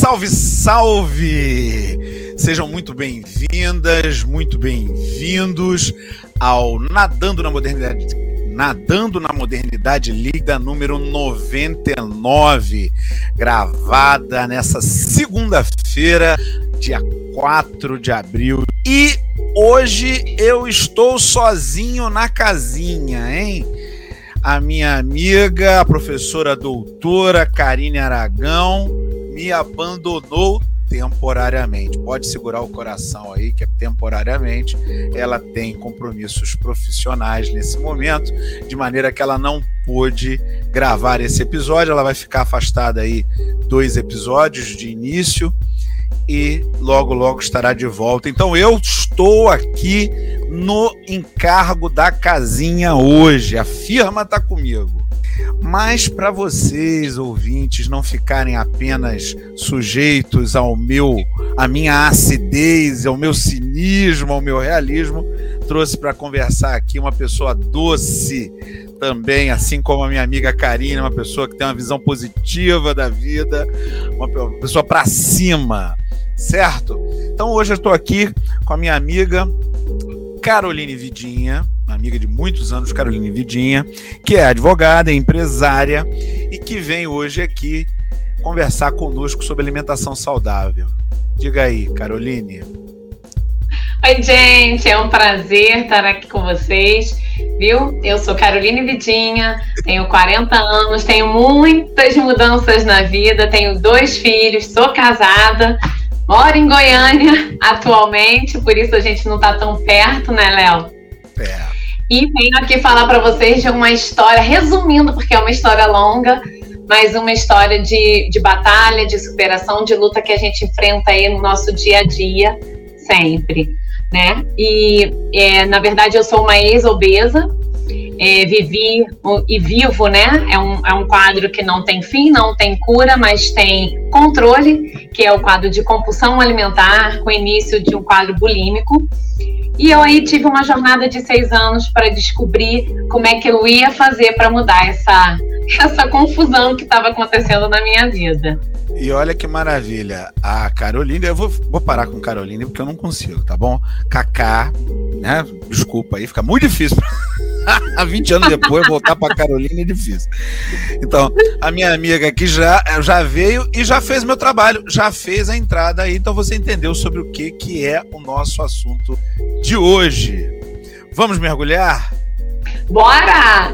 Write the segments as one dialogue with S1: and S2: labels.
S1: Salve, salve! Sejam muito bem-vindas, muito bem-vindos ao Nadando na Modernidade Líquida número 99, gravada nessa segunda-feira, dia 4 de abril. E hoje eu estou sozinho na casinha, hein? A minha amiga, a professora doutora Karine Aragão, me abandonou temporariamente. Pode segurar o coração aí, que é temporariamente. Ela tem compromissos profissionais nesse momento, de maneira que ela não pôde gravar esse episódio. Ela vai ficar afastada aí 2 episódios de início e logo, logo estará de volta. Então eu estou aqui no encargo da casinha hoje. A firma está comigo. Mas para vocês, ouvintes, não ficarem apenas sujeitos à minha acidez, ao meu cinismo, ao meu realismo, trouxe para conversar aqui uma pessoa doce também, assim como a minha amiga Karine, uma pessoa que tem uma visão positiva da vida, uma pessoa para cima, certo? Então hoje eu estou aqui com a minha amiga Caroline Vidinha, uma amiga de muitos anos, Caroline Vidinha, que é advogada, é empresária e que vem hoje aqui conversar conosco sobre alimentação saudável. Diga aí, Caroline.
S2: Oi, gente, é um prazer estar aqui com vocês, viu? Eu sou Caroline Vidinha, tenho 40 anos, tenho muitas mudanças na vida, tenho 2 filhos, sou casada, moro em Goiânia atualmente, por isso a gente não está tão perto, né, Léo?
S1: É.
S2: E venho aqui falar para vocês de uma história, resumindo, porque é uma história longa, mas uma história de batalha, de superação, de luta que a gente enfrenta aí no nosso dia a dia, sempre, né? E, na verdade, eu sou uma ex-obesa, vivi e vivo, né? É um quadro que não tem fim, não tem cura, mas tem controle, que é o quadro de compulsão alimentar, com início de um quadro bulímico. E eu aí tive uma jornada de 6 anos para descobrir como é que eu ia fazer para mudar essa confusão que estava acontecendo na minha vida.
S1: E olha que maravilha, a Caroline, eu vou parar com Caroline porque eu não consigo, tá bom? Cacá, né? Desculpa aí, fica muito difícil. Há 20 anos depois, voltar para Caroline é difícil. Então, a minha amiga aqui já veio e já fez meu trabalho, já fez a entrada aí, então você entendeu sobre o que é o nosso assunto de hoje. Vamos mergulhar?
S2: Bora!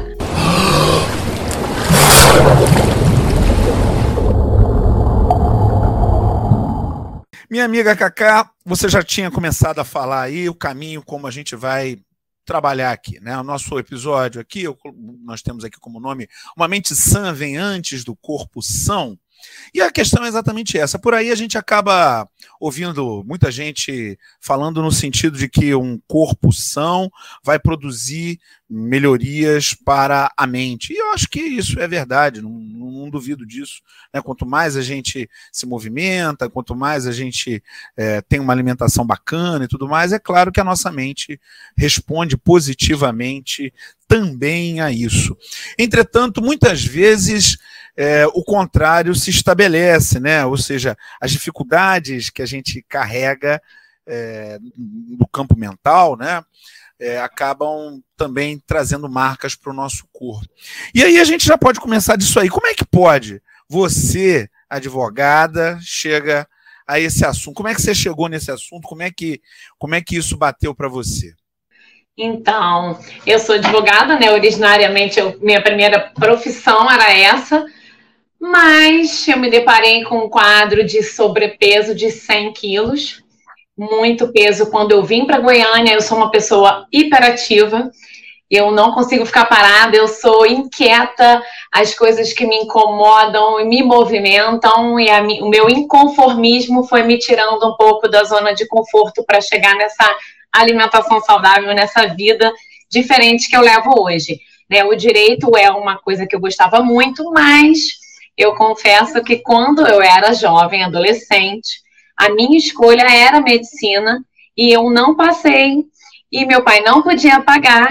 S1: Minha amiga Cacá, você já tinha começado a falar aí o caminho como a gente vai trabalhar aqui, né? O nosso episódio aqui, nós temos aqui como nome Uma Mente Sã Vem Antes do Corpo São. E a questão é exatamente essa. Por aí a gente acaba ouvindo muita gente falando no sentido de que um corpo são vai produzir melhorias para a mente. E eu acho que isso é verdade, não duvido disso, né? Quanto mais a gente se movimenta, quanto mais a gente tem uma alimentação bacana e tudo mais, é claro que a nossa mente responde positivamente também a isso. Entretanto, muitas vezes o contrário se estabelece, né? Ou seja, as dificuldades que a gente carrega no campo mental, né? Acabam também trazendo marcas para o nosso corpo. E aí a gente já pode começar disso aí. Como é que pode você, advogada, chega a esse assunto? Como é que você chegou nesse assunto? Como é que isso bateu para você?
S2: Então, eu sou advogada, né? Originariamente, minha primeira profissão era essa, mas eu me deparei com um quadro de sobrepeso de 100 quilos, muito peso. Quando eu vim para Goiânia, eu sou uma pessoa hiperativa, eu não consigo ficar parada, eu sou inquieta, as coisas que me incomodam e me movimentam, e o meu inconformismo foi me tirando um pouco da zona de conforto para chegar nessa alimentação saudável, nessa vida diferente que eu levo hoje, né? O direito é uma coisa que eu gostava muito, mas eu confesso que quando eu era jovem, adolescente, a minha escolha era medicina e eu não passei, e meu pai não podia pagar,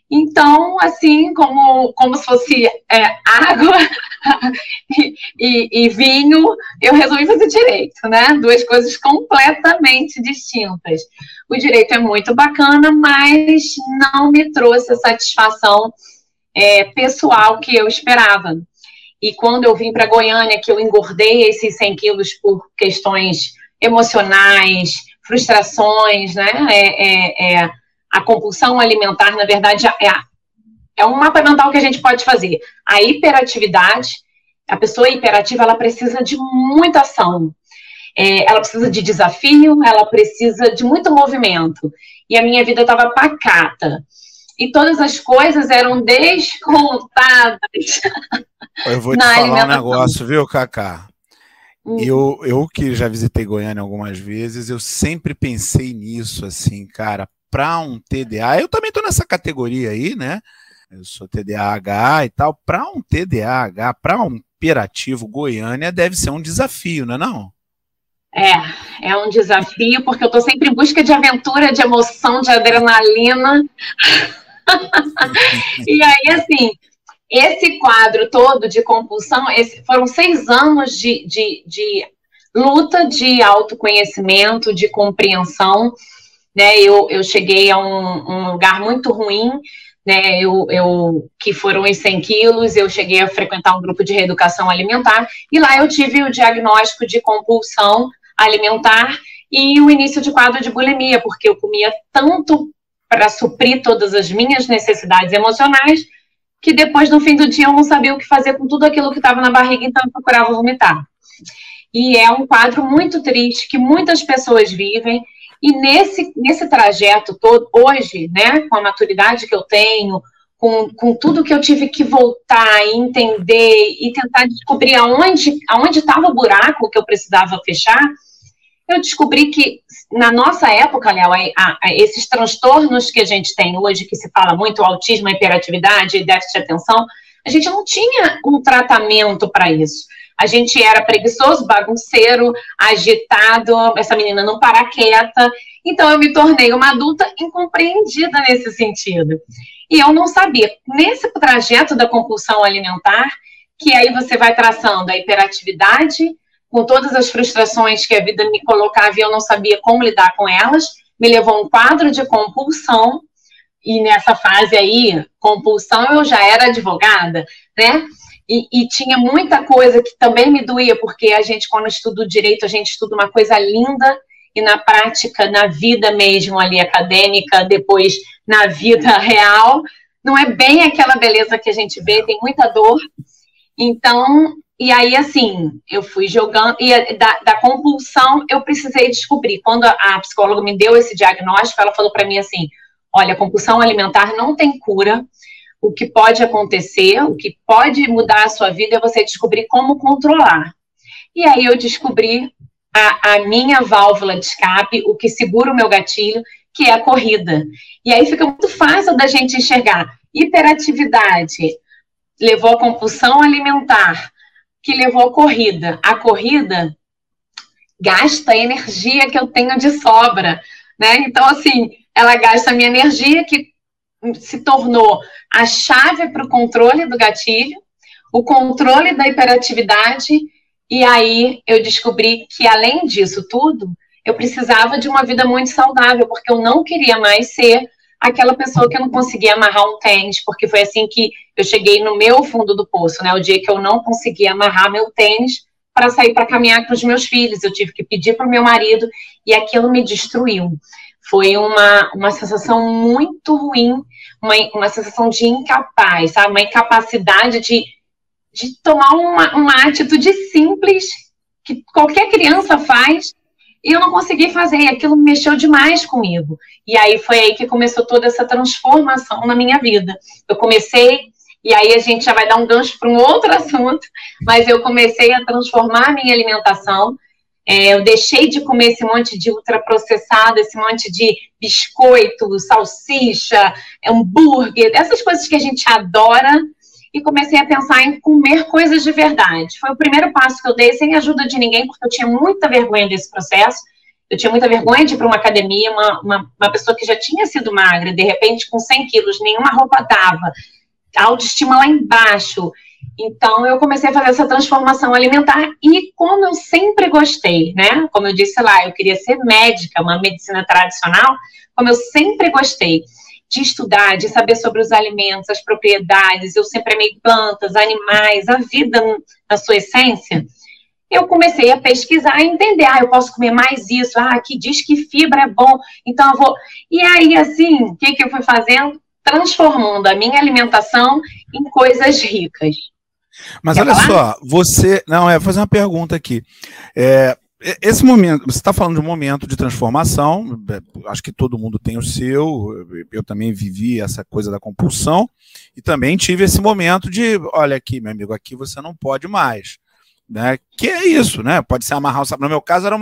S2: Então, assim, como se fosse água e vinho, eu resolvi fazer direito, né? Duas coisas completamente distintas. O direito é muito bacana, mas não me trouxe a satisfação pessoal que eu esperava. E quando eu vim para Goiânia, que eu engordei esses 100 quilos por questões emocionais, frustrações, né? A compulsão alimentar, na verdade, é um mapa mental que a gente pode fazer. A hiperatividade, a pessoa hiperativa, ela precisa de muita ação. Ela precisa de desafio, ela precisa de muito movimento. E a minha vida estava pacata. E todas as coisas eram descontadas.
S1: Eu vou te falar um negócio, viu, Cacá? Eu que já visitei Goiânia algumas vezes, eu sempre pensei nisso, assim, cara, para um TDAH, eu também tô nessa categoria aí, né? Eu sou TDAH e tal. Para um TDAH, para um hiperativo, Goiânia deve ser um desafio, não é não?
S2: É um desafio, porque eu tô sempre em busca de aventura, de emoção, de adrenalina. E aí, assim, esse quadro todo de compulsão, foram 6 anos de luta, de autoconhecimento, de compreensão, né? Eu cheguei a um lugar muito ruim, né? Que foram os 100 quilos, eu cheguei a frequentar um grupo de reeducação alimentar, e lá eu tive o diagnóstico de compulsão alimentar e o início de quadro de bulimia, porque eu comia tanto para suprir todas as minhas necessidades emocionais, que depois, no fim do dia, eu não sabia o que fazer com tudo aquilo que estava na barriga, então eu procurava vomitar. E é um quadro muito triste, que muitas pessoas vivem, e nesse trajeto todo, hoje, né, com a maturidade que eu tenho, com tudo que eu tive que voltar e entender, e tentar descobrir aonde estava o buraco que eu precisava fechar, eu descobri que, na nossa época, Léo, esses transtornos que a gente tem hoje, que se fala muito, autismo, hiperatividade, déficit de atenção, a gente não tinha um tratamento para isso. A gente era preguiçoso, bagunceiro, agitado, essa menina não para quieta. Então, eu me tornei uma adulta incompreendida nesse sentido. E eu não sabia. Nesse trajeto da compulsão alimentar, que aí você vai traçando a hiperatividade, com todas as frustrações que a vida me colocava e eu não sabia como lidar com elas, me levou a um quadro de compulsão, e nessa fase aí, compulsão, eu já era advogada, né? E tinha muita coisa que também me doía, porque a gente, quando estuda o direito, a gente estuda uma coisa linda, e na prática, na vida mesmo ali acadêmica, depois na vida real, não é bem aquela beleza que a gente vê, tem muita dor. Então, e aí, assim, eu fui jogando, e da compulsão eu precisei descobrir. Quando a psicóloga me deu esse diagnóstico, ela falou para mim assim, olha, a compulsão alimentar não tem cura, o que pode acontecer, o que pode mudar a sua vida é você descobrir como controlar. E aí eu descobri a minha válvula de escape, o que segura o meu gatilho, que é a corrida. E aí fica muito fácil da gente enxergar. Hiperatividade levou a compulsão alimentar, que levou a corrida. A corrida gasta a energia que eu tenho de sobra, né? Então, assim, ela gasta a minha energia, que se tornou a chave para o controle do gatilho, o controle da hiperatividade, e aí eu descobri que, além disso tudo, eu precisava de uma vida muito saudável, porque eu não queria mais ser aquela pessoa que não conseguia amarrar um tênis, porque foi assim que eu cheguei no meu fundo do poço, né? O dia que eu não conseguia amarrar meu tênis para sair para caminhar com os meus filhos, eu tive que pedir para o meu marido, e aquilo me destruiu. Foi uma sensação muito ruim, uma sensação de incapaz, sabe? Uma incapacidade de tomar uma atitude simples que qualquer criança faz, e eu não consegui fazer, e aquilo mexeu demais comigo. E aí foi aí que começou toda essa transformação na minha vida. Eu comecei, e aí a gente já vai dar um gancho para um outro assunto, mas eu comecei a transformar a minha alimentação. Eu deixei de comer esse monte de ultraprocessado, esse monte de biscoito, salsicha, hambúrguer, essas coisas que a gente adora, e comecei a pensar em comer coisas de verdade. Foi o primeiro passo que eu dei, sem ajuda de ninguém, porque eu tinha muita vergonha desse processo. Eu tinha muita vergonha de ir para uma academia, uma pessoa que já tinha sido magra, de repente com 100 quilos, nenhuma roupa dava, a autoestima lá embaixo. Então, eu comecei a fazer essa transformação alimentar e como eu sempre gostei, né? Como eu disse lá, eu queria ser médica, uma medicina tradicional, como eu sempre gostei de estudar, de saber sobre os alimentos, as propriedades, eu sempre amei plantas, animais, a vida na sua essência, eu comecei a pesquisar e entender, eu posso comer mais isso, aqui diz que fibra é bom, então eu vou... E aí, assim, o que eu fui fazendo? Transformando a minha alimentação em coisas ricas.
S1: Mas olha só, você... Não, vou fazer uma pergunta aqui. Esse momento, você está falando de um momento de transformação, acho que todo mundo tem o seu, eu também vivi essa coisa da compulsão, e também tive esse momento de, olha aqui, meu amigo, aqui você não pode mais, né? Que é isso, né? Pode ser amarrar o sapato. No meu caso era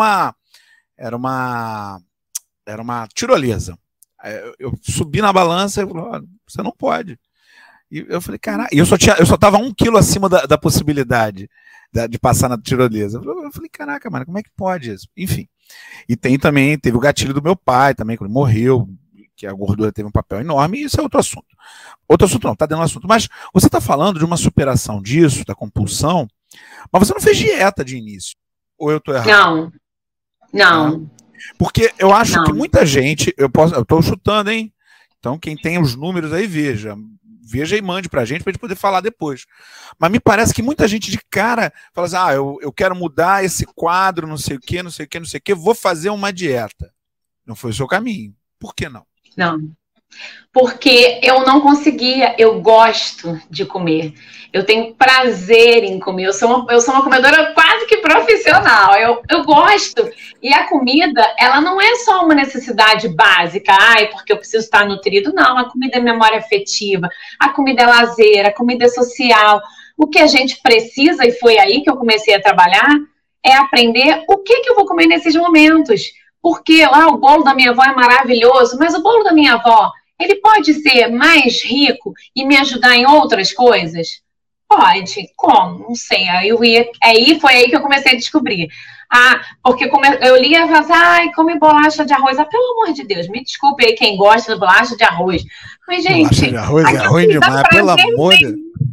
S1: uma tirolesa. Eu subi na balança e falei, você não pode. E eu falei, caralho, eu só estava 1 quilo acima da possibilidade de passar na tirolesa. Eu falei, caraca, mano, como é que pode isso? Enfim. E teve o gatilho do meu pai também, quando ele morreu, que a gordura teve um papel enorme, e isso é outro assunto. Outro assunto não, tá dentro do assunto. Mas você tá falando de uma superação disso, da compulsão, mas você não fez dieta de início. Ou eu tô errado?
S2: Não.
S1: Porque eu acho que muita gente, eu tô chutando, hein? Então quem tem os números aí, veja e mande pra gente poder falar depois. Mas me parece que muita gente de cara fala assim, eu quero mudar esse quadro, não sei o quê, vou fazer uma dieta. Não foi o seu caminho. Por que não?
S2: Não. Porque eu não conseguia, eu gosto de comer. Eu tenho prazer em comer. Eu sou uma comedora quase que profissional. Eu gosto. E a comida, ela não é só uma necessidade básica. Porque eu preciso estar nutrido. Não, a comida é memória afetiva. A comida é lazer, a comida é social. O que a gente precisa, e foi aí que eu comecei a trabalhar, é aprender o que eu vou comer nesses momentos. Porque lá o bolo da minha avó é maravilhoso, mas o bolo da minha avó, ele pode ser mais rico e me ajudar em outras coisas? Pode. Como? Não sei. Aí foi aí que eu comecei a descobrir. Porque eu lia e falava assim, come bolacha de arroz. Pelo amor de Deus, me desculpe aí quem gosta de bolacha de arroz. Mas, gente...
S1: Bolacha de arroz é ruim demais, pelo amor de Deus.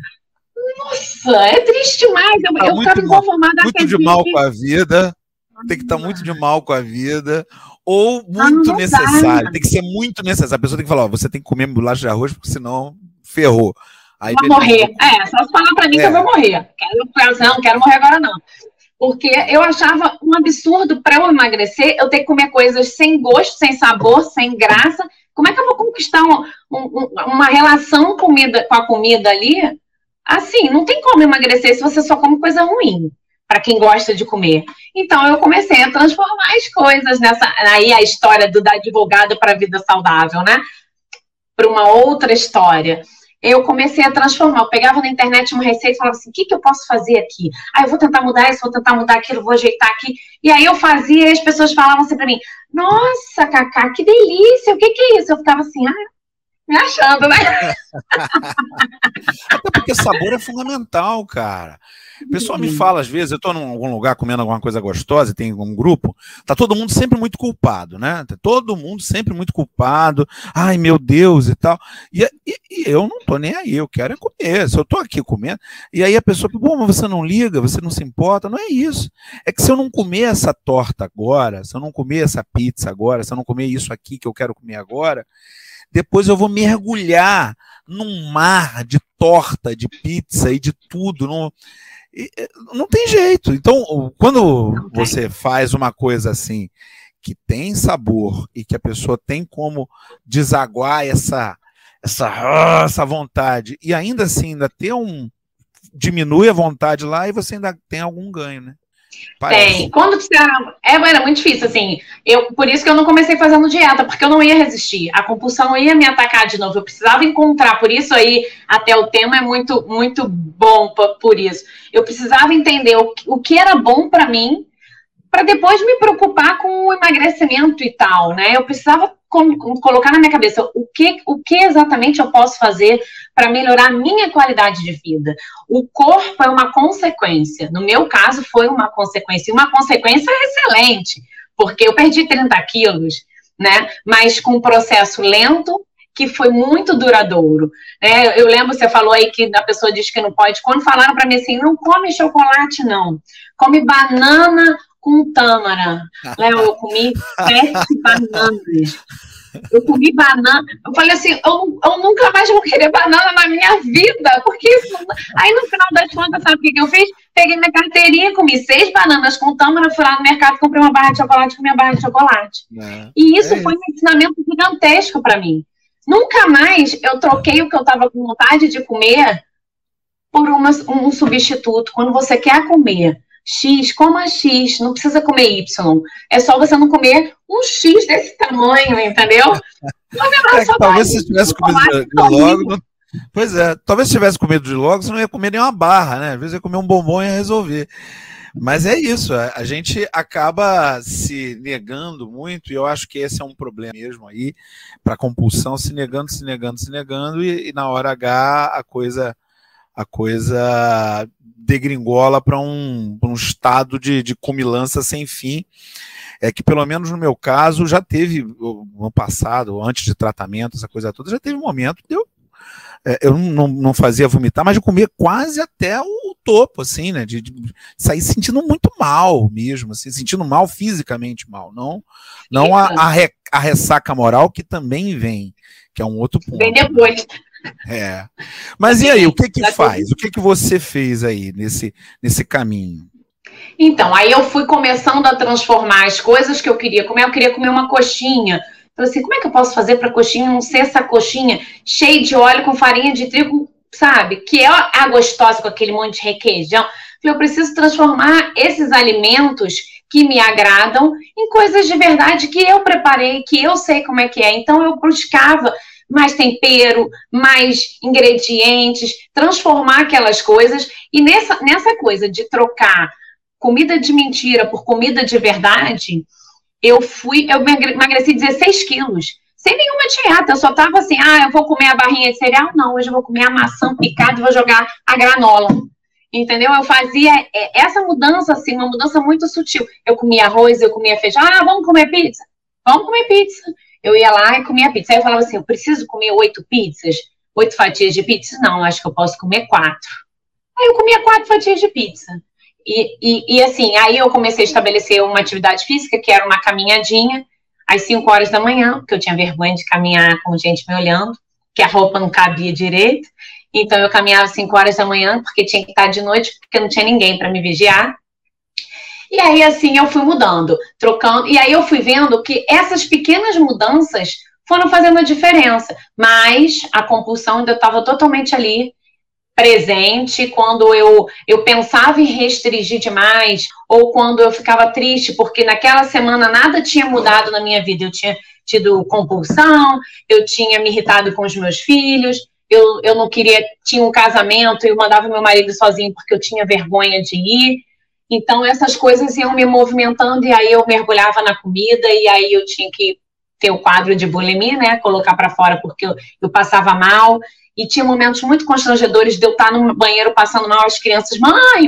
S2: Nossa, é triste demais. Eu ficava inconformada.
S1: Muito de mal com a vida. Tem que estar muito de mal com a vida, ou muito necessário, tem que ser muito necessário. A pessoa tem que falar, você tem que comer bolacha de arroz, porque senão ferrou.
S2: Aí vou morrer. Só se falar pra mim que eu vou morrer. Não quero morrer agora não. Porque eu achava um absurdo para eu emagrecer, eu ter que comer coisas sem gosto, sem sabor, sem graça. Como é que eu vou conquistar uma relação com a comida ali? Assim, não tem como emagrecer se você só come coisa ruim. Para quem gosta de comer. Então, eu comecei a transformar as coisas aí a história da advogada para a vida saudável, né? Para uma outra história. Eu comecei a transformar. Eu pegava na internet uma receita e falava assim, o que eu posso fazer aqui? Eu vou tentar mudar isso, vou tentar mudar aquilo, vou ajeitar aqui. E aí eu fazia e as pessoas falavam assim para mim, nossa, Cacá, que delícia, o que é isso? Eu ficava assim, me achando, né?
S1: Até porque sabor é fundamental, cara. O pessoal me fala, às vezes, eu estou em algum lugar comendo alguma coisa gostosa e tem um grupo, tá todo mundo sempre muito culpado, né? Tá todo mundo sempre muito culpado, ai meu Deus e tal. E eu não tô nem aí, eu quero é comer. Se eu tô aqui comendo, e aí a pessoa, mas você não liga, você não se importa, não é isso. É que se eu não comer essa torta agora, se eu não comer essa pizza agora, se eu não comer isso aqui que eu quero comer agora, depois eu vou mergulhar num mar de torta, de pizza e de tudo. Não tem jeito. Então, quando você faz uma coisa assim, que tem sabor e que a pessoa tem como desaguar essa vontade, e ainda assim diminui a vontade lá e você ainda tem algum ganho, né?
S2: Tem. Quando era muito difícil, assim. Por isso que eu não comecei fazendo dieta, porque eu não ia resistir. A compulsão ia me atacar de novo. Eu precisava encontrar. Por isso aí, até o tema é muito, muito bom por isso. Eu precisava entender o que era bom para mim, para depois me preocupar com o emagrecimento e tal, né? Eu precisava colocar na minha cabeça o que exatamente eu posso fazer para melhorar a minha qualidade de vida. O corpo é uma consequência. No meu caso, foi uma consequência. E uma consequência excelente. porque eu perdi 30 quilos, né? Mas com um processo lento, que foi muito duradouro. Eu lembro, você falou aí que a pessoa diz que não pode. Quando falaram para mim assim, não come chocolate, não. Come banana com tâmara. Léo, eu comi 7 bananas. Eu comi banana. Eu falei assim, eu nunca mais vou querer banana na minha vida, porque isso... Aí no final das contas, sabe o que eu fiz? Peguei minha carteirinha, comi 6 bananas com tâmara, fui lá no mercado, comprei uma barra de chocolate, comi a barra de chocolate. E isso foi um ensinamento gigantesco para mim. Nunca mais eu troquei o que eu estava com vontade de comer por um substituto. Quando você quer comer X, coma X, não precisa comer Y. É só você não comer um X desse tamanho, entendeu?
S1: Talvez se tivesse comido de logo... Pois é, talvez se tivesse comido de logo, você não ia comer nenhuma barra, né? Às vezes ia comer um bombom e ia resolver. Mas é isso, a gente acaba se negando muito, e eu acho que esse é um problema mesmo aí, para compulsão, se negando, e na hora H a coisa degringola para um estado de cumilança sem fim. É que, pelo menos no meu caso, já teve, no passado, antes de tratamento, essa coisa toda, já teve um momento de eu não fazia vomitar, mas de comer quase até o topo, assim, né? De sair sentindo muito mal mesmo, assim, sentindo mal, fisicamente mal, não a ressaca moral, que também vem, que é um outro ponto.
S2: Vem depois.
S1: Mas e aí, o que faz? O que você fez aí nesse caminho?
S2: Então, aí eu fui começando a transformar as coisas que eu queria comer. Eu queria comer uma coxinha. Falei assim, como é que eu posso fazer para a coxinha não ser essa coxinha cheia de óleo com farinha de trigo, sabe? Que é a gostosa com aquele monte de requeijão. Falei, eu preciso transformar esses alimentos que me agradam em coisas de verdade que eu preparei, que eu sei como é que é. Então eu buscava mais tempero, mais ingredientes, transformar aquelas coisas. E nessa coisa de trocar comida de mentira por comida de verdade... Eu emagreci 16 quilos, sem nenhuma dieta, eu só tava assim, eu vou comer a barrinha de cereal? Não, hoje eu vou comer a maçã picada e vou jogar a granola, entendeu? Eu fazia essa mudança, assim, uma mudança muito sutil. Eu comia arroz, eu comia feijão, vamos comer pizza? Vamos comer pizza. Eu ia lá e comia pizza. Aí eu falava assim, eu preciso comer 8 pizzas? 8 fatias de pizza? Não, acho que eu posso comer 4. Aí eu comia 4 fatias de pizza. E assim, aí eu comecei a estabelecer uma atividade física, que era uma caminhadinha, às 5 horas da manhã, porque eu tinha vergonha de caminhar com gente me olhando, que a roupa não cabia direito. Então eu caminhava às 5 horas da manhã, porque tinha que estar de noite, porque não tinha ninguém para me vigiar. E aí assim eu fui mudando, trocando, e aí eu fui vendo que essas pequenas mudanças foram fazendo a diferença, mas a compulsão ainda estava totalmente ali, presente, quando eu pensava em restringir demais, ou quando eu ficava triste, porque naquela semana nada tinha mudado na minha vida, eu tinha tido compulsão, eu tinha me irritado com os meus filhos, eu não queria, tinha um casamento, eu mandava meu marido sozinho porque eu tinha vergonha de ir, então essas coisas iam me movimentando, e aí eu mergulhava na comida, e aí eu tinha que ter o quadro de bulimia, né, colocar para fora porque eu passava mal. E tinha momentos muito constrangedores de eu estar no banheiro passando mal, as crianças, mãe,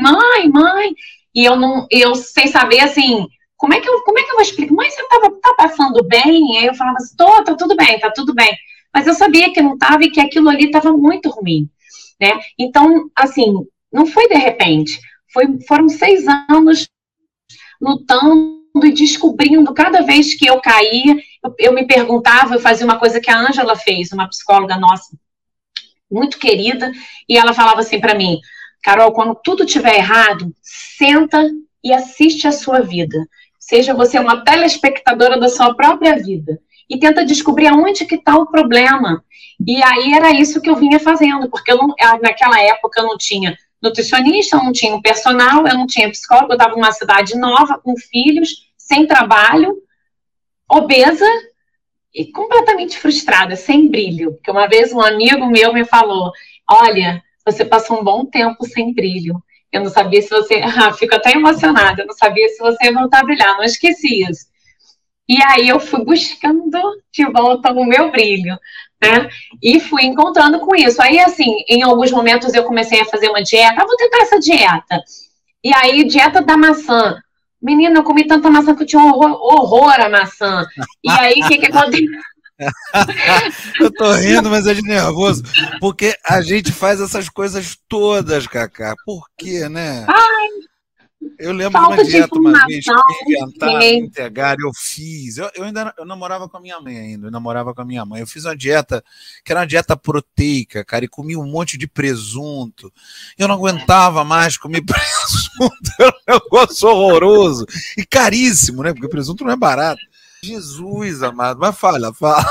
S2: e eu sem saber, assim, como é que eu vou explicar? Mãe, você tá passando bem? Aí eu falava assim, tá tudo bem. Mas eu sabia que não estava e que aquilo ali estava muito ruim, né? Então, assim, não foi de repente, foram 6 anos lutando e descobrindo, cada vez que eu caía, eu me perguntava, eu fazia uma coisa que a Ângela fez, uma psicóloga nossa, muito querida, e ela falava assim para mim, Carol, quando tudo estiver errado, senta e assiste a sua vida. Seja você uma telespectadora da sua própria vida. E tenta descobrir aonde que está o problema. E aí era isso que eu vinha fazendo, porque naquela época eu não tinha nutricionista, eu não tinha um personal, eu não tinha psicólogo, eu estava numa cidade nova, com filhos, sem trabalho, obesa, e completamente frustrada, sem brilho. Porque uma vez um amigo meu me falou, olha, você passou um bom tempo sem brilho. Eu não sabia se você... fico até emocionada. Eu não sabia se você ia voltar a brilhar. Não esqueci isso. E aí eu fui buscando de volta o meu brilho, né? E fui encontrando com isso. Aí, assim, em alguns momentos eu comecei a fazer uma dieta. Vou tentar essa dieta. E aí, dieta da maçã. Menina, eu comi tanta maçã que eu tinha horror à maçã. E aí, o que aconteceu?
S1: Eu tô rindo, mas é de nervoso, porque a gente faz essas coisas todas, Cacá. Por quê, né? Eu lembro de uma dieta uma vez que me inventaram, me entregaram, eu fiz. Eu namorava com a minha mãe ainda, Eu fiz uma dieta que era uma dieta proteica, cara, e comia um monte de presunto. Eu não aguentava mais comer presunto, era um negócio horroroso. E caríssimo, né? Porque presunto não é barato. Jesus amado, mas fala.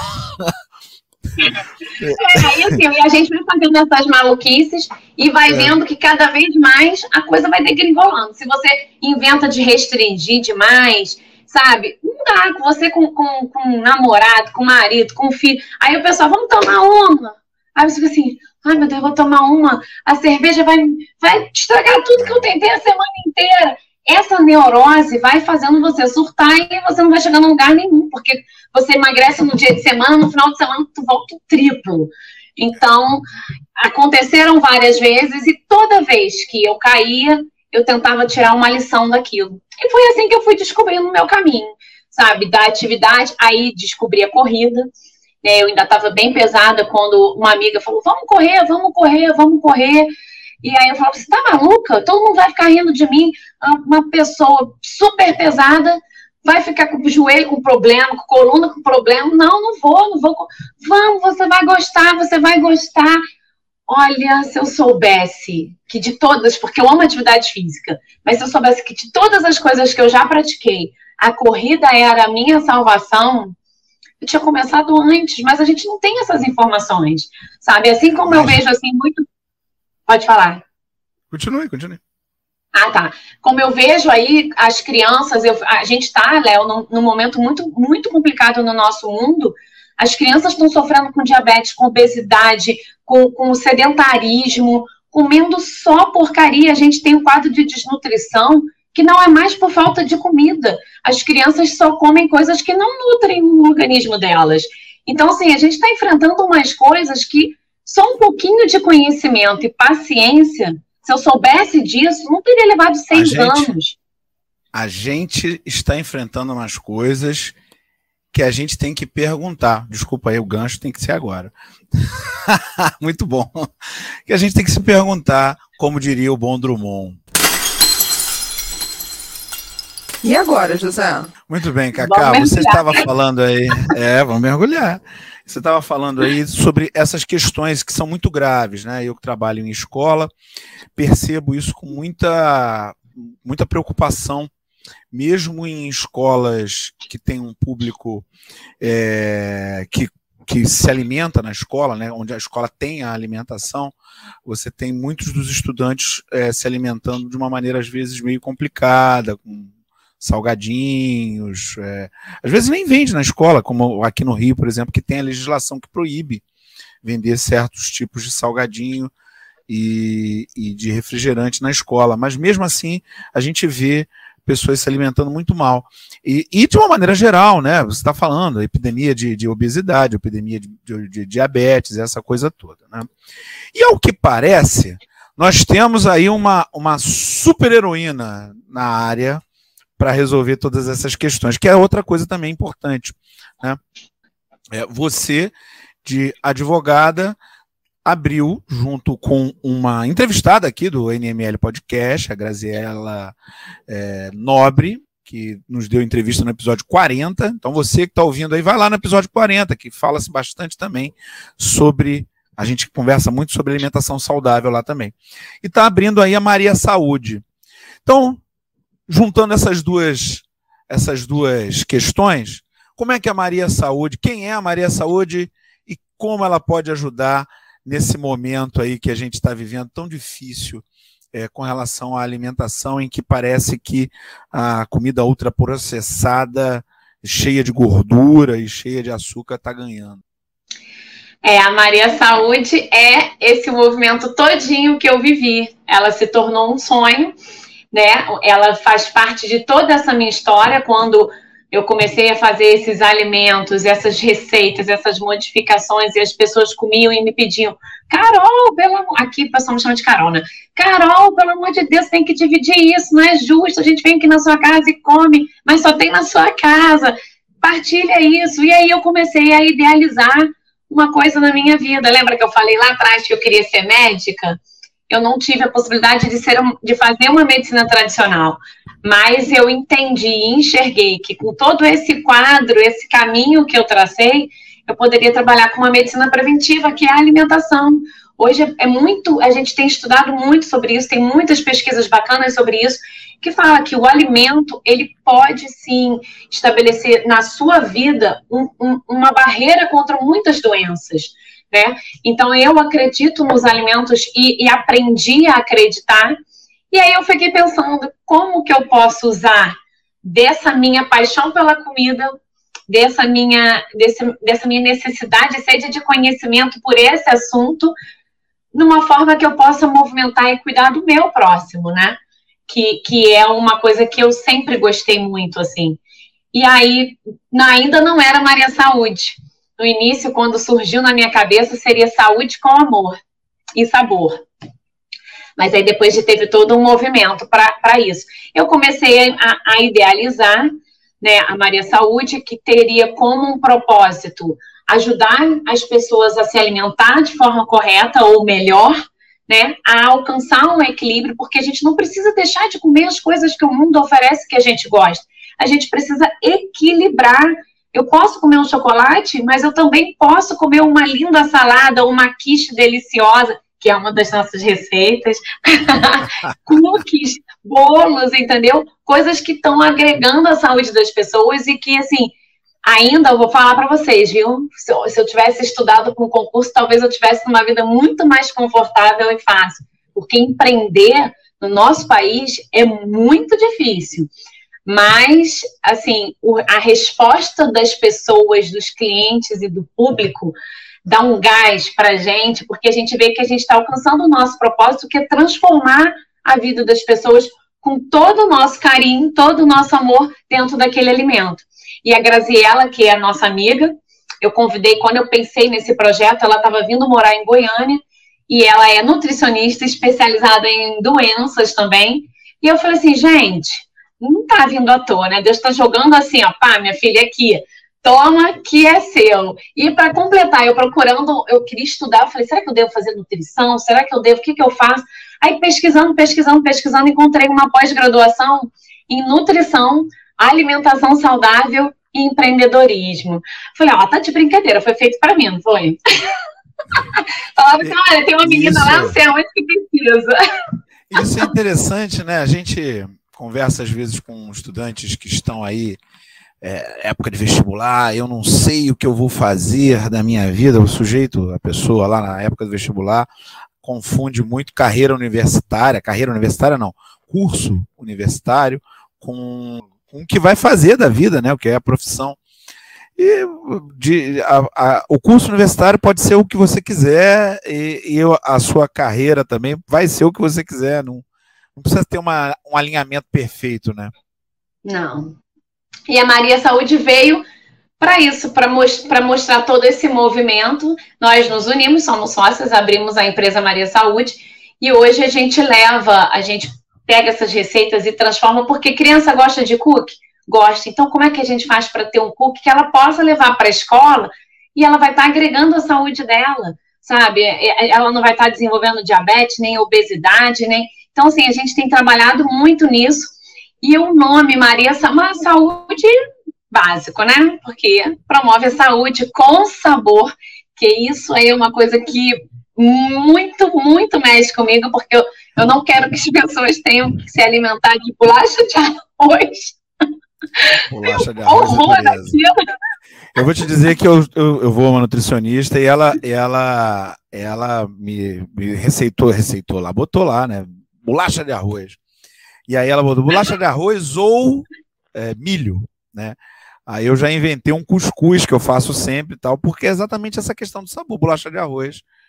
S2: E assim, a gente vai fazendo essas maluquices e vai vendo que cada vez mais a coisa vai degringolando. Se você inventa de restringir demais, sabe? Não dá. Você com um namorado, com um marido, com um filho. Aí o pessoal, vamos tomar uma. Aí você fica assim, ai meu Deus, eu vou tomar uma. A cerveja vai estragar tudo que eu tentei a semana inteira. Essa neurose vai fazendo você surtar e você não vai chegar a lugar nenhum, porque você emagrece no dia de semana, no final de semana tu volta o triplo. Então, aconteceram várias vezes e toda vez que eu caía, eu tentava tirar uma lição daquilo. E foi assim que eu fui descobrindo o meu caminho, sabe, da atividade. Aí descobri a corrida, né? Eu ainda estava bem pesada quando uma amiga falou, vamos correr. E aí eu falava, você tá maluca? Todo mundo vai ficar rindo de mim. Uma pessoa super pesada vai ficar com o joelho com problema, com a coluna com problema. Não vou. Vamos, você vai gostar. Olha, se eu soubesse que de todas, porque eu amo atividade física, mas se eu soubesse que de todas as coisas que eu já pratiquei, a corrida era a minha salvação, eu tinha começado antes, mas a gente não tem essas informações, sabe? Assim como eu vejo, assim, muito... Pode falar.
S1: Continue.
S2: Tá. Como eu vejo aí as crianças, a gente está, Léo, num momento muito, muito complicado no nosso mundo. As crianças estão sofrendo com diabetes, com obesidade, com sedentarismo, comendo só porcaria. A gente tem um quadro de desnutrição que não é mais por falta de comida. As crianças só comem coisas que não nutrem o organismo delas. Então, assim, a gente está enfrentando umas coisas que só um pouquinho de conhecimento e paciência, se eu soubesse disso, não teria levado 6 anos.
S1: A gente está enfrentando umas coisas que a gente tem que perguntar. Desculpa aí, o gancho tem que ser agora. Muito bom. Que a gente tem que se perguntar, como diria o bom Drummond.
S3: E agora, José?
S1: Muito bem, Cacá, você estava falando aí... vamos mergulhar. Você estava falando aí sobre essas questões que são muito graves, né? Eu que trabalho em escola, percebo isso com muita preocupação, mesmo em escolas que têm um público que se alimenta na escola, né? Onde a escola tem a alimentação, você tem muitos dos estudantes se alimentando de uma maneira, às vezes, meio complicada, com salgadinhos, às vezes nem vende na escola, como aqui no Rio, por exemplo, que tem a legislação que proíbe vender certos tipos de salgadinho e de refrigerante na escola, mas mesmo assim a gente vê pessoas se alimentando muito mal, e de uma maneira geral, né, você está falando, epidemia de obesidade, epidemia de diabetes, essa coisa toda, né? E ao que parece, nós temos aí uma super heroína na área para resolver todas essas questões, que é outra coisa também importante, né? Você, de advogada, abriu, junto com uma entrevistada aqui do NML Podcast, a Graziela Nobre, que nos deu entrevista no episódio 40, então você que está ouvindo aí, vai lá no episódio 40, que fala-se bastante também sobre... A gente conversa muito sobre alimentação saudável lá também. E está abrindo aí a Maria Saúde. Então, juntando essas duas questões, como é que a Maria Saúde, quem é a Maria Saúde e como ela pode ajudar nesse momento aí que a gente está vivendo tão difícil com relação à alimentação, em que parece que a comida ultraprocessada, cheia de gordura e cheia de açúcar, está ganhando.
S2: A Maria Saúde é esse movimento todinho que eu vivi. Ela se tornou um sonho, né? Ela faz parte de toda essa minha história, quando eu comecei a fazer esses alimentos, essas receitas, essas modificações, e as pessoas comiam e me pediam, Carol, pelo amor... Aqui o pessoal me chama de Carol, né? Carol, pelo amor de Deus, tem que dividir isso, não é justo, a gente vem aqui na sua casa e come, mas só tem na sua casa, partilha isso. E aí eu comecei a idealizar uma coisa na minha vida. Lembra que eu falei lá atrás que eu queria ser médica? Eu não tive a possibilidade de fazer uma medicina tradicional, mas eu entendi e enxerguei que com todo esse quadro, esse caminho que eu tracei, eu poderia trabalhar com uma medicina preventiva, que é a alimentação. Hoje a gente tem estudado muito sobre isso, tem muitas pesquisas bacanas sobre isso, que fala que o alimento, ele pode sim estabelecer na sua vida uma barreira contra muitas doenças, né? Então eu acredito nos alimentos e aprendi a acreditar. E aí eu fiquei pensando como que eu posso usar dessa minha paixão pela comida, dessa minha necessidade e sede de conhecimento por esse assunto, numa forma que eu possa movimentar e cuidar do meu próximo, né? Que é uma coisa que eu sempre gostei muito, assim. E aí, ainda não era Maria Saúde. No início, quando surgiu na minha cabeça, seria saúde com amor e sabor. Mas aí depois teve todo um movimento para isso. Eu comecei a idealizar, né, a Maria Saúde, que teria como um propósito ajudar as pessoas a se alimentar de forma correta ou melhor, né, a alcançar um equilíbrio, porque a gente não precisa deixar de comer as coisas que o mundo oferece que a gente gosta. A gente precisa equilibrar. Eu posso comer um chocolate, mas eu também posso comer uma linda salada, uma quiche deliciosa, que é uma das nossas receitas, cookies, bolos, entendeu? Coisas que estão agregando a saúde das pessoas e que, assim, ainda eu vou falar para vocês, viu? Se eu tivesse estudado para um concurso, talvez eu tivesse uma vida muito mais confortável e fácil, porque empreender no nosso país é muito difícil. Mas, assim, a resposta das pessoas, dos clientes e do público dá um gás para a gente, porque a gente vê que a gente está alcançando o nosso propósito, que é transformar a vida das pessoas com todo o nosso carinho, todo o nosso amor dentro daquele alimento. E a Graziella, que é a nossa amiga, eu convidei, quando eu pensei nesse projeto, ela estava vindo morar em Goiânia, e ela é nutricionista especializada em doenças também, e eu falei assim, gente, não está vindo à toa, né? Deus está jogando assim, ó, pá, minha filha, aqui, toma que é seu. E para completar, eu queria estudar, eu falei, será que eu devo fazer nutrição? Será que eu devo? O que eu faço? Aí pesquisando, encontrei uma pós-graduação em nutrição, alimentação saudável e empreendedorismo. Falei, ó, tá de brincadeira, foi feito para mim, não foi? Falava assim, olha, tem uma menina lá no céu, onde que precisa?
S1: Isso é interessante, né? A gente conversa às vezes com estudantes que estão aí, época de vestibular, eu não sei o que eu vou fazer da minha vida, a pessoa lá na época do vestibular, confunde muito carreira universitária não, curso universitário, com o que vai fazer da vida, né, o que é a profissão. E o curso universitário pode ser o que você quiser e a sua carreira também vai ser o que você quiser, não precisa ter um alinhamento perfeito, né?
S2: Não. E a Maria Saúde veio para isso, para mostrar todo esse movimento. Nós nos unimos, somos sócias, abrimos a empresa Maria Saúde e hoje a gente pega essas receitas e transforma, porque criança gosta de cookie? Gosta. Então, como é que a gente faz para ter um cookie que ela possa levar para a escola e ela vai estar agregando a saúde dela, sabe? Ela não vai estar desenvolvendo diabetes, nem obesidade, nem... Então, assim, a gente tem trabalhado muito nisso. E o nome Maria Saúde básico, né? Porque promove a saúde com sabor, que isso aí é uma coisa que muito, muito mexe comigo, porque eu não quero que as pessoas tenham que se alimentar de bolacha de arroz.
S1: Bolacha de arroz é beleza. Eu vou te dizer que eu vou a uma nutricionista e ela me receitou lá, botou lá, né? Bolacha de arroz. E aí ela botou bolacha de arroz ou milho, né? Aí eu já inventei um cuscuz que eu faço sempre e tal, porque é exatamente essa questão do sabor. Bolacha de arroz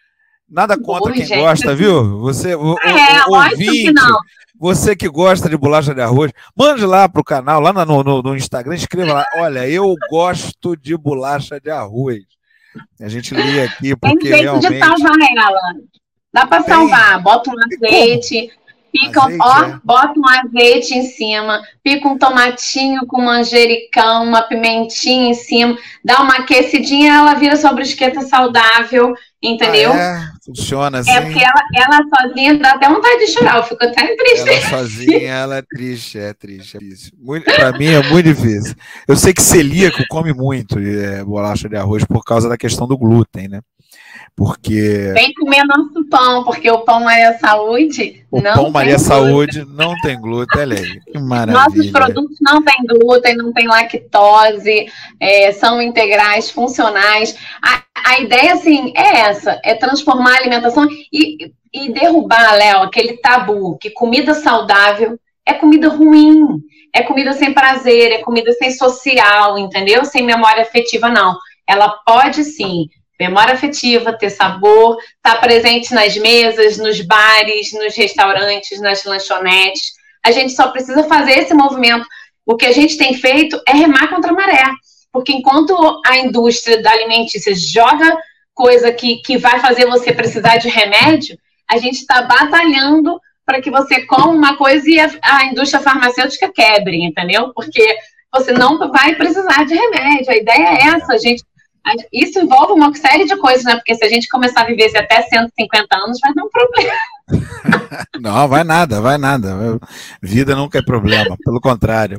S1: Nada contra quem
S2: gente.
S1: gosta, viu? Você,
S2: lógico
S1: ouvinte,
S2: que não.
S1: você que gosta de bolacha de arroz, mande lá pro canal, lá no Instagram, escreva lá. Olha, eu gosto de bolacha de arroz. A gente lê aqui
S2: Tem
S1: porque
S2: jeito
S1: realmente...
S2: de salvar ela. Dá para salvar. Bota um azeite, pica,
S1: Azeite,
S2: bota um azeite em cima, pica um tomatinho com manjericão, uma pimentinha em cima, dá uma aquecidinha, ela vira sua brusqueta saudável, entendeu?
S1: Funciona assim.
S2: É porque ela sozinha dá até vontade de chorar, eu fico até triste.
S1: Ela sozinha, ela é triste, é difícil. Para mim é muito difícil. Eu sei que celíaco come muito bolacha de arroz por causa da questão do glúten, né? Porque...
S2: Vem comer nosso pão, porque o pão Maria Saúde
S1: o
S2: não
S1: pão Maria
S2: tem
S1: Saúde não tem glúten, olha aí, que maravilha.
S2: Nossos produtos não têm glúten, não tem lactose, são integrais, funcionais. A ideia, assim, é essa, é transformar a alimentação e derrubar, Léo, aquele tabu, que comida saudável é comida ruim, é comida sem prazer, é comida sem social, entendeu? Sem memória afetiva, não. Ela pode, sim, memória afetiva, ter sabor, estar presente nas mesas, nos bares, nos restaurantes, nas lanchonetes. A gente só precisa fazer esse movimento. O que a gente tem feito é remar contra a maré. Porque enquanto a indústria da alimentícia joga coisa que vai fazer você precisar de remédio, a gente está batalhando para que você coma uma coisa e a indústria farmacêutica quebre, entendeu? Porque você não vai precisar de remédio. A ideia é essa, gente. Isso envolve uma série de coisas, né? Porque se a gente começar a viver até 150 anos, vai dar um problema.
S1: Não, vai nada. Vida nunca é problema, pelo contrário.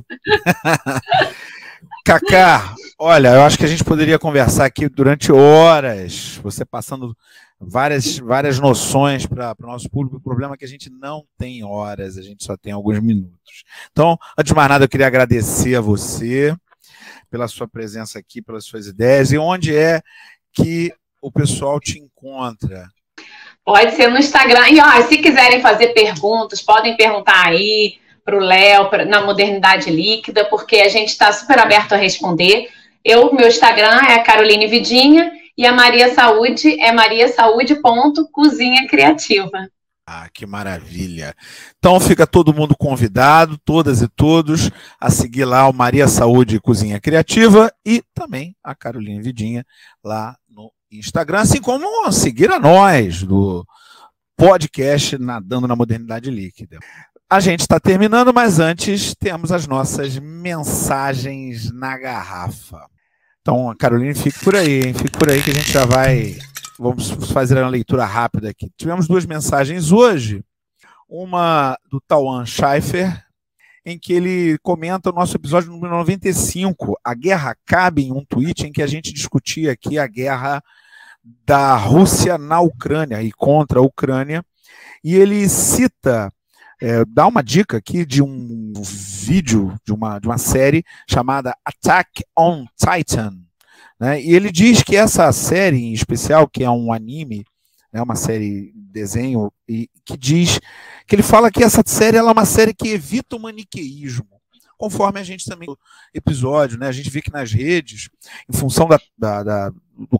S1: Cacá, olha, eu acho que a gente poderia conversar aqui durante horas, você passando várias noções para o nosso público. O problema é que a gente não tem horas, a gente só tem alguns minutos. Então, antes de mais nada, eu queria agradecer a você pela sua presença aqui, pelas suas ideias, e onde é que o pessoal te encontra?
S2: Pode ser no Instagram. E se quiserem fazer perguntas, podem perguntar aí para o Léo, na Modernidade Líquida, porque a gente está super aberto a responder. Meu Instagram é a Caroline Vidinha e a Maria Saúde é mariasaude.cozinha criativa.
S1: Ah, que maravilha. Então fica todo mundo convidado, todas e todos, a seguir lá o Maria Saúde Cozinha Criativa e também a Caroline Vidinha lá no Instagram, assim como seguir a nós do podcast Nadando na Modernidade Líquida. A gente está terminando, mas antes temos as nossas mensagens na garrafa. Então, Caroline, fique por aí, hein? Fique por aí que a gente já vai... Vamos fazer uma leitura rápida aqui. Tivemos 2 mensagens hoje. Uma do Tawan Schleifer, em que ele comenta o nosso episódio número 95, A Guerra Cabe, em um tweet em que a gente discutia aqui a guerra da Rússia na Ucrânia e contra a Ucrânia. E ele cita, dá uma dica aqui de um vídeo, de uma série chamada Attack on Titan. Né? E ele diz que essa série em especial, que é um anime, né, uma série de desenho, e que ele fala que essa série ela é uma série que evita o maniqueísmo, conforme a gente também no episódio, né, a gente vê que nas redes, em função da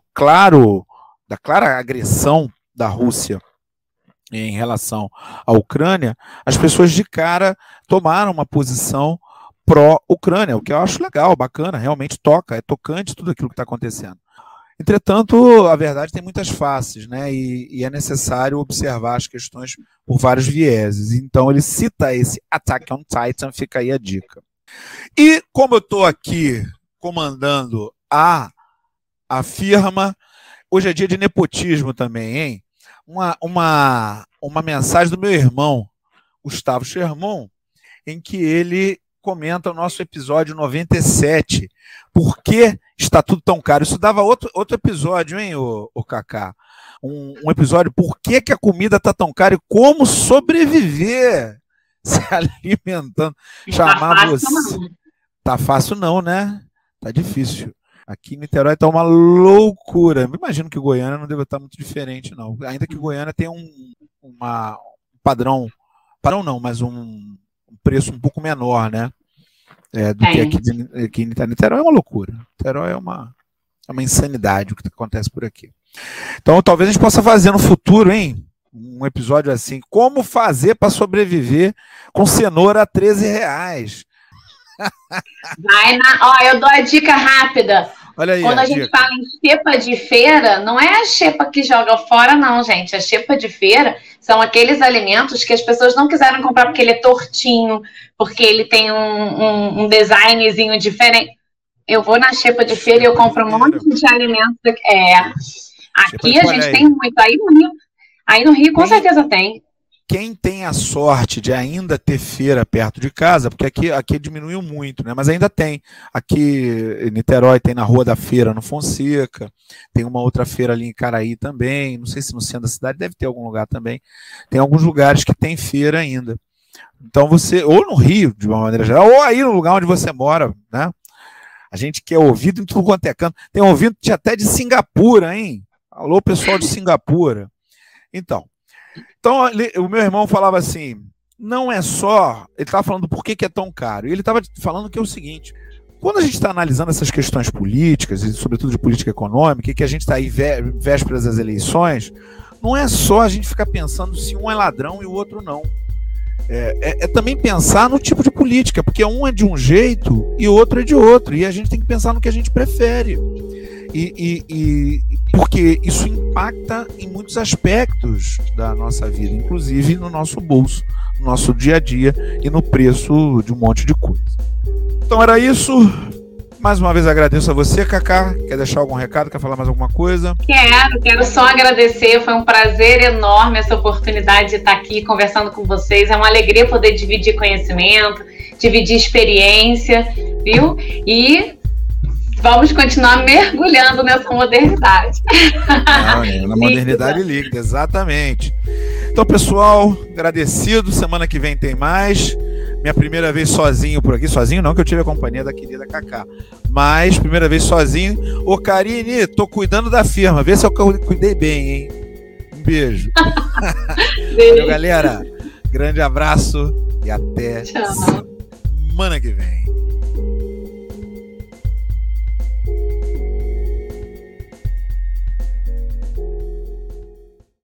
S1: clara agressão da Rússia em relação à Ucrânia, as pessoas de cara tomaram uma posição pró-Ucrânia, o que eu acho legal, bacana, realmente é tocante tudo aquilo que está acontecendo. Entretanto, a verdade tem muitas faces, né? E é necessário observar as questões por vários vieses. Então, ele cita esse Attack on Titan, fica aí a dica. E como eu estou aqui comandando a firma, hoje é dia de nepotismo também, hein? Uma mensagem do meu irmão, Gustavo Sherman, em que ele comenta o nosso episódio 97. Por que está tudo tão caro? Isso dava outro episódio, hein, o Cacá? Um episódio, por que a comida está tão cara e como sobreviver se alimentando. Chamar você. Tá fácil não, né? Tá difícil. Aqui em Niterói tá uma loucura. Eu imagino que Goiânia não deve estar muito diferente, não. Ainda que Goiânia tenha um padrão não, mas um preço um pouco menor, né? Do que aqui em Niterói. Niterói é uma loucura. Niterói é uma insanidade o que acontece por aqui. Então talvez a gente possa fazer no futuro, hein? Um episódio assim, como fazer para sobreviver com cenoura a R$13.
S2: Eu dou a dica rápida.
S1: Olha aí,
S2: quando a gente fala em xepa de feira, não é a xepa que joga fora, não, gente. A xepa de feira são aqueles alimentos que as pessoas não quiseram comprar porque ele é tortinho, porque ele tem um designzinho diferente. Eu vou na xepa de feira e eu compro um monte de alimentos. Aqui a gente tem muito. Aí no Rio com certeza tem.
S1: Quem tem a sorte de ainda ter feira perto de casa, porque aqui diminuiu muito, né? Mas ainda tem. Aqui em Niterói tem na Rua da Feira, no Fonseca, tem uma outra feira ali em Caraí também, não sei se no centro da cidade, deve ter algum lugar também. Tem alguns lugares que tem feira ainda. Então você, ou no Rio, de uma maneira geral, ou aí no lugar onde você mora, né? A gente quer ouvido em tudo quanto é canto. Tem ouvido até de Singapura, hein? Alô, pessoal de Singapura. Então, o meu irmão falava assim, não é só... Ele estava falando do porquê que é tão caro. E ele estava falando que é o seguinte, quando a gente está analisando essas questões políticas, e sobretudo de política econômica, e que a gente está aí vésperas das eleições, não é só a gente ficar pensando se um é ladrão e o outro não. É também pensar no tipo de política, porque um é de um jeito e o outro é de outro. E a gente tem que pensar no que a gente prefere. Porque isso impacta em muitos aspectos da nossa vida, inclusive no nosso bolso, no nosso dia a dia e no preço de um monte de coisa. Então era isso. Mais uma vez agradeço a você, Cacá. Quer deixar algum recado? Quer falar mais alguma coisa?
S2: Quero só agradecer. Foi um prazer enorme essa oportunidade de estar aqui conversando com vocês. É uma alegria poder dividir conhecimento, dividir experiência, viu? E vamos continuar mergulhando nessa modernidade.
S1: Na modernidade líquida, exatamente. Então, pessoal, agradecido. Semana que vem tem mais. Minha primeira vez sozinho por aqui. Sozinho não, que eu tive a companhia da querida Cacá. Mas, primeira vez sozinho. Ô, Karine, tô cuidando da firma. Vê se eu cuidei bem, hein? Um beijo. Valeu, galera. Grande abraço e até semana que vem.